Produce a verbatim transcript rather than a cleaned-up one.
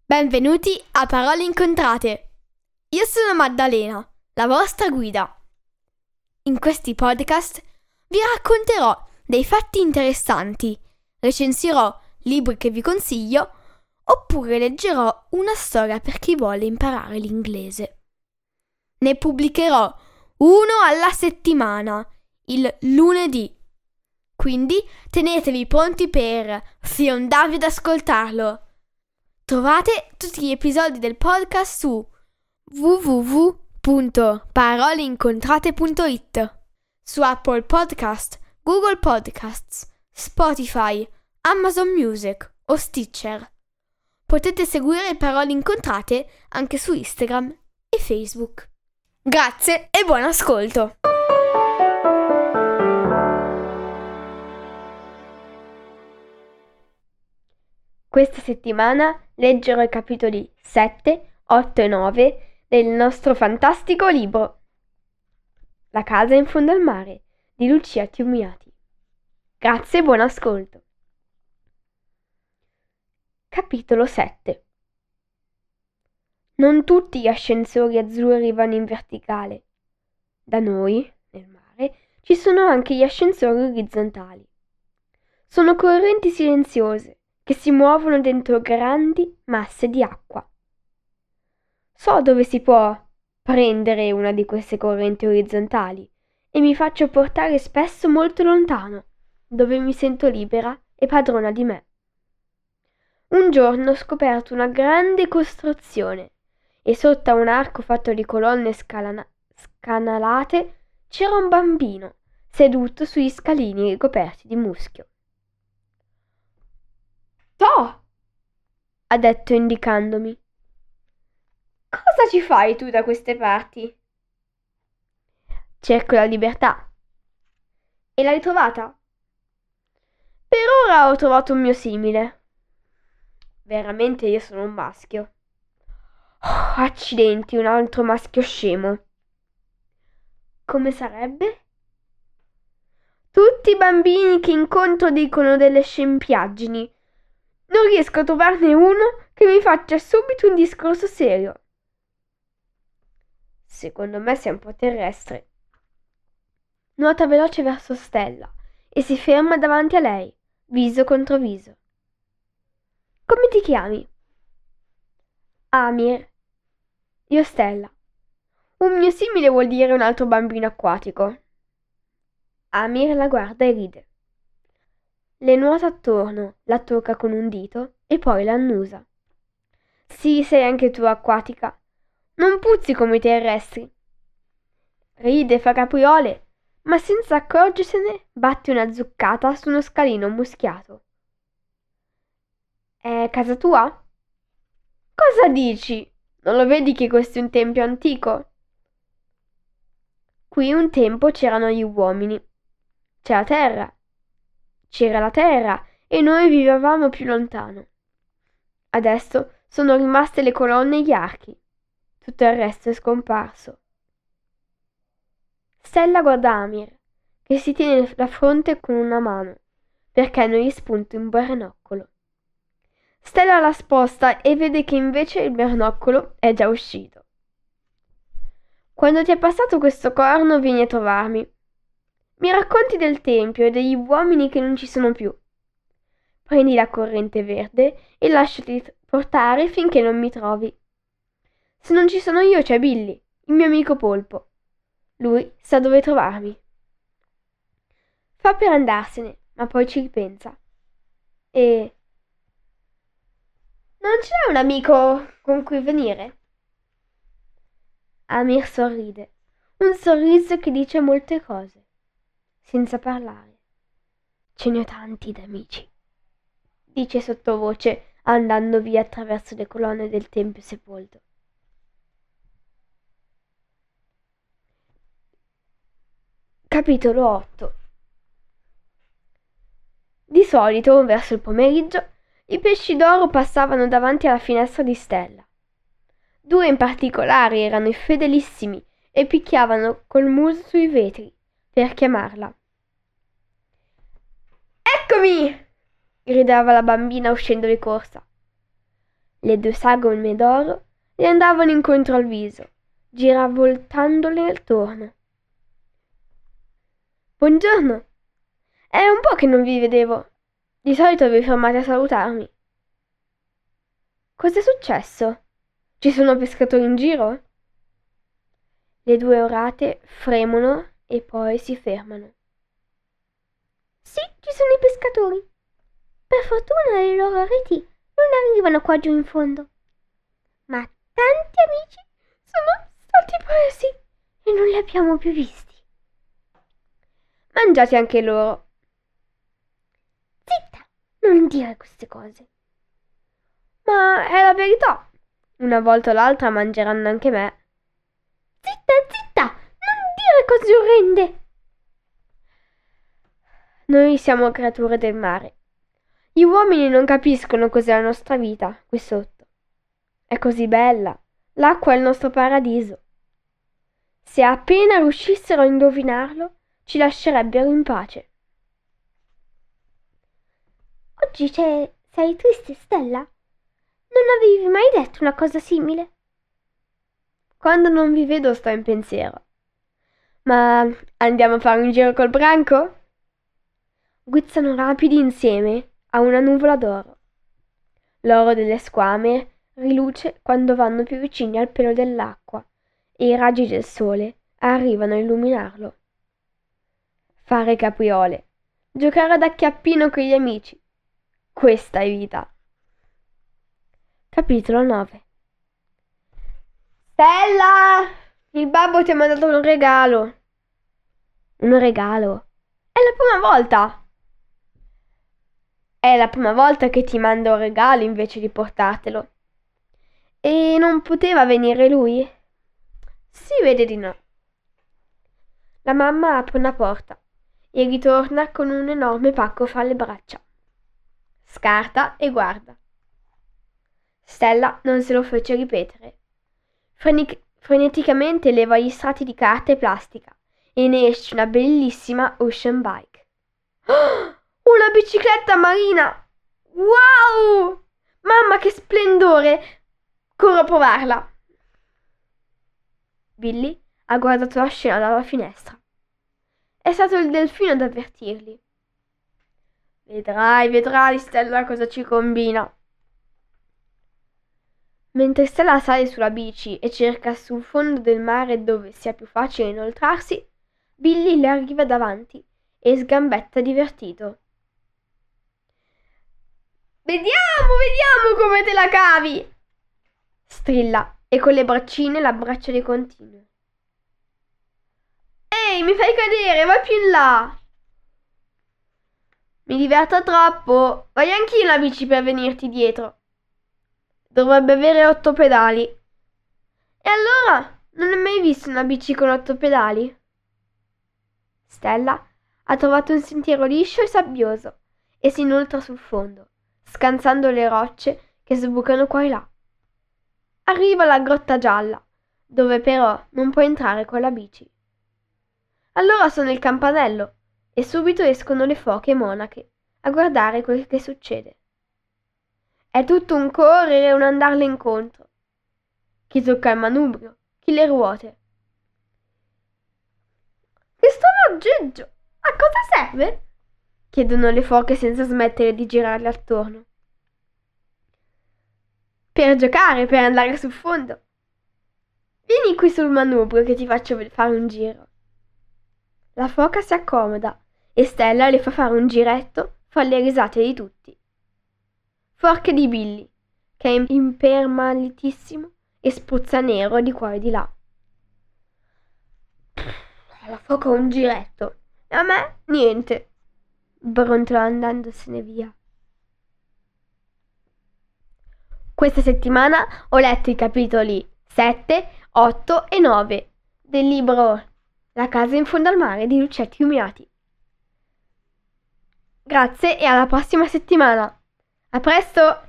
Benvenuti a Parole Incontrate. Io sono Maddalena, la vostra guida. In questi podcast vi racconterò dei fatti interessanti, recensirò libri che vi consiglio, oppure leggerò una storia per chi vuole imparare l'inglese. Ne pubblicherò uno alla settimana, il lunedì. Quindi tenetevi pronti per fiondarvi ad ascoltarlo. Trovate tutti gli episodi del podcast su w w w punto parole incontrate punto i t, su Apple Podcast, Google Podcasts, Spotify, Amazon Music o Stitcher. Potete seguire Parole Incontrate anche su Instagram e Facebook. Grazie e buon ascolto! Questa settimana leggerò i capitoli sette, otto e nove del nostro fantastico libro La casa in fondo al mare di Lucia Chiumiati. Grazie e buon ascolto. Capitolo sette. Non tutti gli ascensori azzurri vanno in verticale. Da noi, nel mare, ci sono anche gli ascensori orizzontali. Sono correnti silenziose che si muovono dentro grandi masse di acqua. So dove si può prendere una di queste correnti orizzontali e mi faccio portare spesso molto lontano, dove mi sento libera e padrona di me. Un giorno ho scoperto una grande costruzione e sotto a un arco fatto di colonne scalana- scanalate c'era un bambino seduto sugli scalini ricoperti di muschio. «Toh!» ha detto indicandomi. «Cosa ci fai tu da queste parti?» «Cerco la libertà». «E l'hai trovata?» «Per ora ho trovato un mio simile». «Veramente io sono un maschio?» «Oh, accidenti, un altro maschio scemo». «Come sarebbe?» «Tutti i bambini che incontro dicono delle scempiaggini. Non riesco a trovarne uno che mi faccia subito un discorso serio». «Secondo me sei un po' terrestre». Nuota veloce verso Stella e si ferma davanti a lei, viso contro viso. «Come ti chiami?» «Amir». «Io Stella». «Un mio simile vuol dire un altro bambino acquatico». Amir la guarda e ride. Le nuota attorno, la tocca con un dito e poi l'annusa. «Sì, sei anche tu acquatica. Non puzzi come i terrestri». Ride, fa capriole, ma senza accorgersene batte una zuccata su uno scalino muschiato. «È casa tua?» «Cosa dici? Non lo vedi che questo è un tempio antico?» «Qui un tempo c'erano gli uomini. C'è la terra. C'era la terra e noi vivevamo più lontano. Adesso sono rimaste le colonne e gli archi. Tutto il resto è scomparso». Stella guarda Amir, che si tiene la fronte con una mano, perché non gli spunta un bernoccolo. Stella la sposta e vede che invece il bernoccolo è già uscito. «Quando ti è passato questo corno vieni a trovarmi. Mi racconti del tempio e degli uomini che non ci sono più. Prendi la corrente verde e lasciati portare finché non mi trovi. Se non ci sono io c'è Billy, il mio amico polpo. Lui sa dove trovarmi». Fa per andarsene, ma poi ci ripensa. «E non c'è un amico con cui venire?» Amir sorride, un sorriso che dice molte cose, senza parlare. «Ce ne ho tanti d'amici», dice sottovoce andando via attraverso le colonne del tempio sepolto. Capitolo otto. Di solito, verso il pomeriggio, i pesci d'oro passavano davanti alla finestra di Stella. Due in particolare erano fedelissimi e picchiavano col muso sui vetri per chiamarla. «Eccomi!» gridava la bambina uscendo di corsa. Le due sagome d'oro gli andavano incontro al viso, giravoltandole attorno. Buongiorno. È un po' che non vi vedevo. Di solito vi fermate a salutarmi. Cos'è successo? Ci sono pescatori in giro? Le due orate fremono e poi si fermano. Sì, ci sono i pescatori. Per fortuna le loro reti non arrivano qua giù in fondo. Ma tanti amici sono stati presi e non li abbiamo più visti. Mangiate anche loro. Zitta, non dire queste cose. Ma è la verità. Una volta o l'altra mangeranno anche me. Zitta, zitta, non dire cose orrende. Noi siamo creature del mare. Gli uomini non capiscono cos'è la nostra vita qui sotto. È così bella. L'acqua è il nostro paradiso. Se appena riuscissero a indovinarlo, ci lascerebbero in pace. Oggi c'è... sei triste, Stella? Non avevi mai detto una cosa simile? Quando non vi vedo sto in pensiero. Ma andiamo a fare un giro col branco? Guizzano rapidi insieme a una nuvola d'oro. L'oro delle squame riluce quando vanno più vicini al pelo dell'acqua e i raggi del sole arrivano a illuminarlo. Fare capriole, giocare ad acchiappino con gli amici. Questa è vita. Capitolo nove. Stella! Il babbo ti ha mandato un regalo. Un regalo? È la prima volta! È la prima volta che ti manda un regalo invece di portartelo. E non poteva venire lui? Si vede di no. La mamma apre una porta e ritorna con un enorme pacco fra le braccia. Scarta e guarda. Stella non se lo fece ripetere. Frenic- freneticamente leva gli strati di carta e plastica e ne esce una bellissima ocean bike. Oh, una bicicletta marina! Wow! Mamma, che splendore! Corro a provarla. Billy ha guardato la scena dalla finestra. È stato il delfino ad avvertirli. Vedrai, vedrai Stella cosa ci combina. Mentre Stella sale sulla bici e cerca sul fondo del mare dove sia più facile inoltrarsi, Billy le arriva davanti e sgambetta divertito. Vediamo, vediamo come te la cavi! Strilla e con le braccine l'abbraccia di continuo. Ehi, mi fai cadere, vai più in là! Mi diverto troppo, vai anch'io in la bici per venirti dietro. Dovrebbe avere otto pedali. E allora, non hai mai visto una bici con otto pedali? Stella ha trovato un sentiero liscio e sabbioso e si inoltra sul fondo, scansando le rocce che sbucano qua e là. Arriva alla grotta gialla, dove però non può entrare con la bici. Allora suona il campanello e subito escono le foche monache a guardare quel che succede. È tutto un correre e un andarle incontro. Chi tocca il manubrio, chi le ruote. Questo aggeggio, a cosa serve? Chiedono le foche senza smettere di girarle attorno. Per giocare, per andare sul fondo. Vieni qui sul manubrio che ti faccio fare un giro. La foca si accomoda e Stella le fa fare un giretto fra le risate di tutti. Forche di Billy, che è impermalitissimo e spruzza nero di qua e di là. La foca un giretto e a me niente, brontola andandosene via. Questa settimana ho letto i capitoli sette, otto e nove del libro La casa in fondo al mare di Lucetti Umiati. Grazie e alla prossima settimana. A presto!